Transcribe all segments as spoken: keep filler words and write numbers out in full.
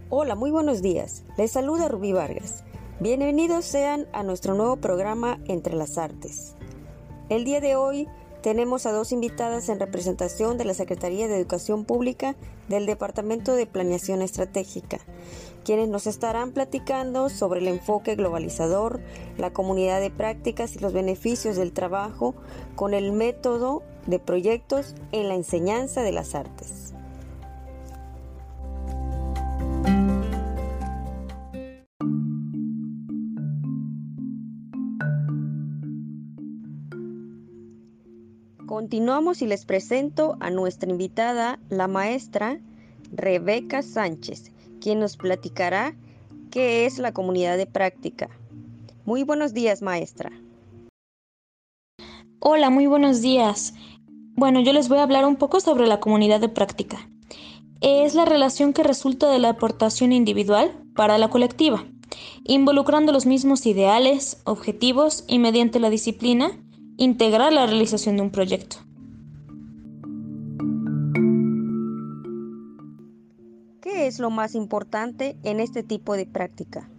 Hola, muy buenos días. Les saluda Rubí Vargas. Bienvenidos sean a nuestro nuevo programa Entre las Artes. El día de hoy tenemos a dos invitadas en representación de la Secretaría de Educación Pública del Departamento de Planeación Estratégica, quienes nos estarán platicando sobre el enfoque globalizador, la comunidad de prácticas y los beneficios del trabajo con el método de proyectos en la enseñanza de las artes. Continuamos y les presento a nuestra invitada, la maestra Rebeca Sánchez, quien nos platicará qué es la comunidad de práctica. Muy buenos días, maestra. Hola, muy buenos días. Bueno, yo les voy a hablar un poco sobre la comunidad de práctica. Es la relación que resulta de la aportación individual para la colectiva, involucrando los mismos ideales, objetivos y mediante la disciplina, integrar la realización de un proyecto. ¿Qué es lo más importante en este tipo de práctica?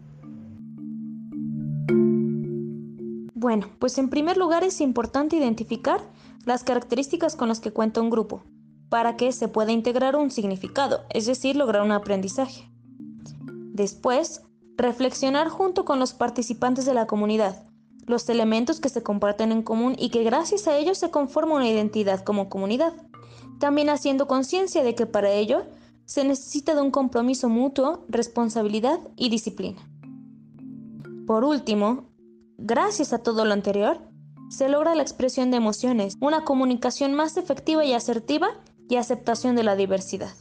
Bueno, pues en primer lugar es importante identificar las características con las que cuenta un grupo, para que se pueda integrar un significado, es decir, lograr un aprendizaje. Después, reflexionar junto con los participantes de la comunidad, los elementos que se comparten en común y que gracias a ellos se conforma una identidad como comunidad, también haciendo conciencia de que para ello se necesita de un compromiso mutuo, responsabilidad y disciplina. Por último, gracias a todo lo anterior, se logra la expresión de emociones, una comunicación más efectiva y asertiva y aceptación de la diversidad.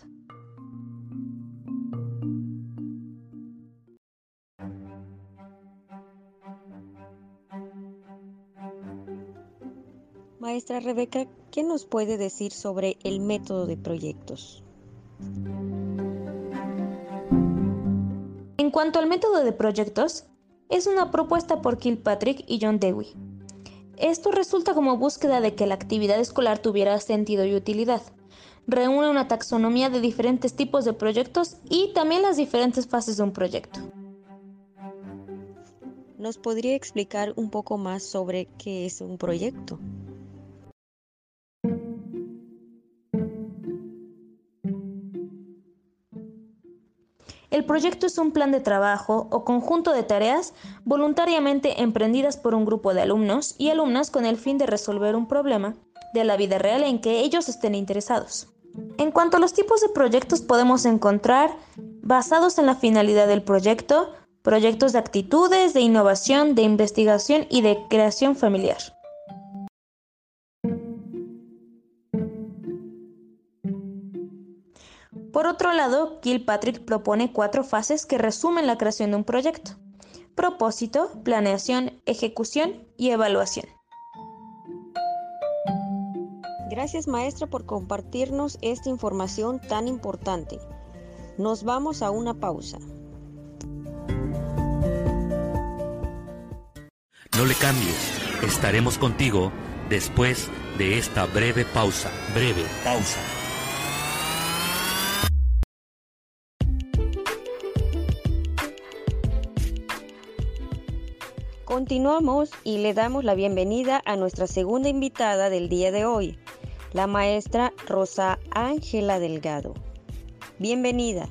Maestra Rebeca, ¿qué nos puede decir sobre el método de proyectos? En cuanto al método de proyectos, es una propuesta por Kilpatrick y John Dewey. Esto resulta como búsqueda de que la actividad escolar tuviera sentido y utilidad. Reúne una taxonomía de diferentes tipos de proyectos y también las diferentes fases de un proyecto. ¿Nos podría explicar un poco más sobre qué es un proyecto? El proyecto es un plan de trabajo o conjunto de tareas voluntariamente emprendidas por un grupo de alumnos y alumnas con el fin de resolver un problema de la vida real en que ellos estén interesados. En cuanto a los tipos de proyectos, podemos encontrar, basados en la finalidad del proyecto, proyectos de actitudes, de innovación, de investigación y de creación familiar. Por otro lado, Kilpatrick propone cuatro fases que resumen la creación de un proyecto: propósito, planeación, ejecución y evaluación. Gracias, maestra, por compartirnos esta información tan importante. Nos vamos a una pausa. No le cambies, estaremos contigo después de esta breve pausa. Breve pausa. Continuamos y le damos la bienvenida a nuestra segunda invitada del día de hoy, la maestra Rosa Ángela Delgado. Bienvenida.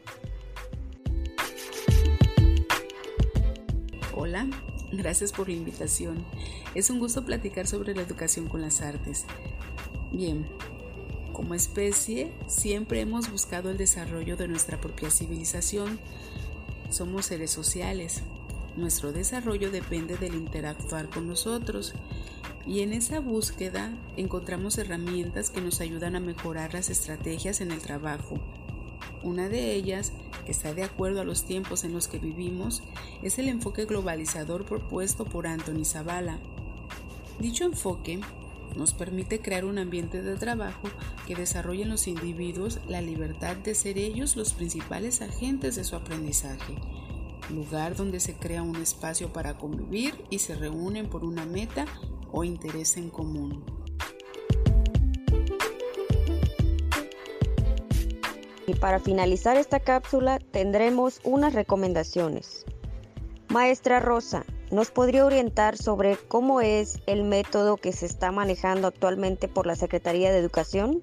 Hola, gracias por la invitación. Es un gusto platicar sobre la educación con las artes. Bien, como especie siempre hemos buscado el desarrollo de nuestra propia civilización. Somos seres sociales. Nuestro desarrollo depende del interactuar con nosotros y en esa búsqueda encontramos herramientas que nos ayudan a mejorar las estrategias en el trabajo. Una de ellas, que está de acuerdo a los tiempos en los que vivimos, es el enfoque globalizador propuesto por Anthony Zavala. Dicho enfoque nos permite crear un ambiente de trabajo que desarrolle en los individuos la libertad de ser ellos los principales agentes de su aprendizaje. Lugar donde se crea un espacio para convivir y se reúnen por una meta o interés en común. Y para finalizar esta cápsula tendremos unas recomendaciones. Maestra Rosa, ¿nos podría orientar sobre cómo es el método que se está manejando actualmente por la Secretaría de Educación?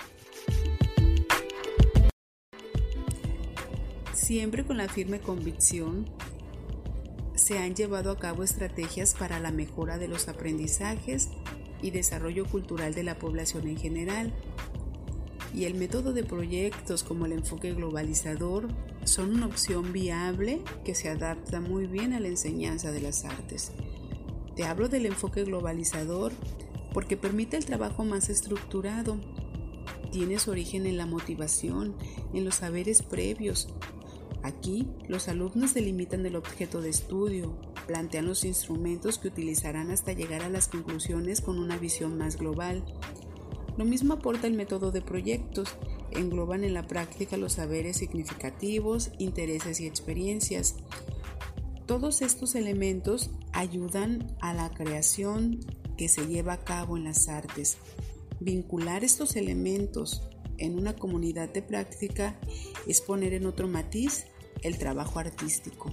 Siempre con la firme convicción se han llevado a cabo estrategias para la mejora de los aprendizajes y desarrollo cultural de la población en general. Y el método de proyectos como el enfoque globalizador son una opción viable que se adapta muy bien a la enseñanza de las artes. Te hablo del enfoque globalizador porque permite el trabajo más estructurado. Tiene su origen en la motivación, en los saberes previos. Aquí, los alumnos delimitan el objeto de estudio, plantean los instrumentos que utilizarán hasta llegar a las conclusiones con una visión más global. Lo mismo aporta el método de proyectos, engloban en la práctica los saberes significativos, intereses y experiencias. Todos estos elementos ayudan a la creación que se lleva a cabo en las artes. Vincular estos elementos en una comunidad de práctica es poner en otro matiz el trabajo artístico.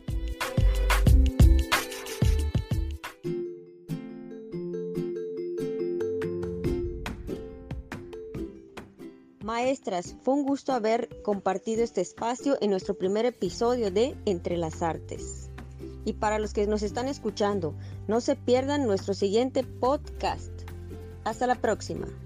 Maestras, fue un gusto haber compartido este espacio en nuestro primer episodio de Entre las Artes. Y para los que nos están escuchando, no se pierdan nuestro siguiente podcast. Hasta la próxima.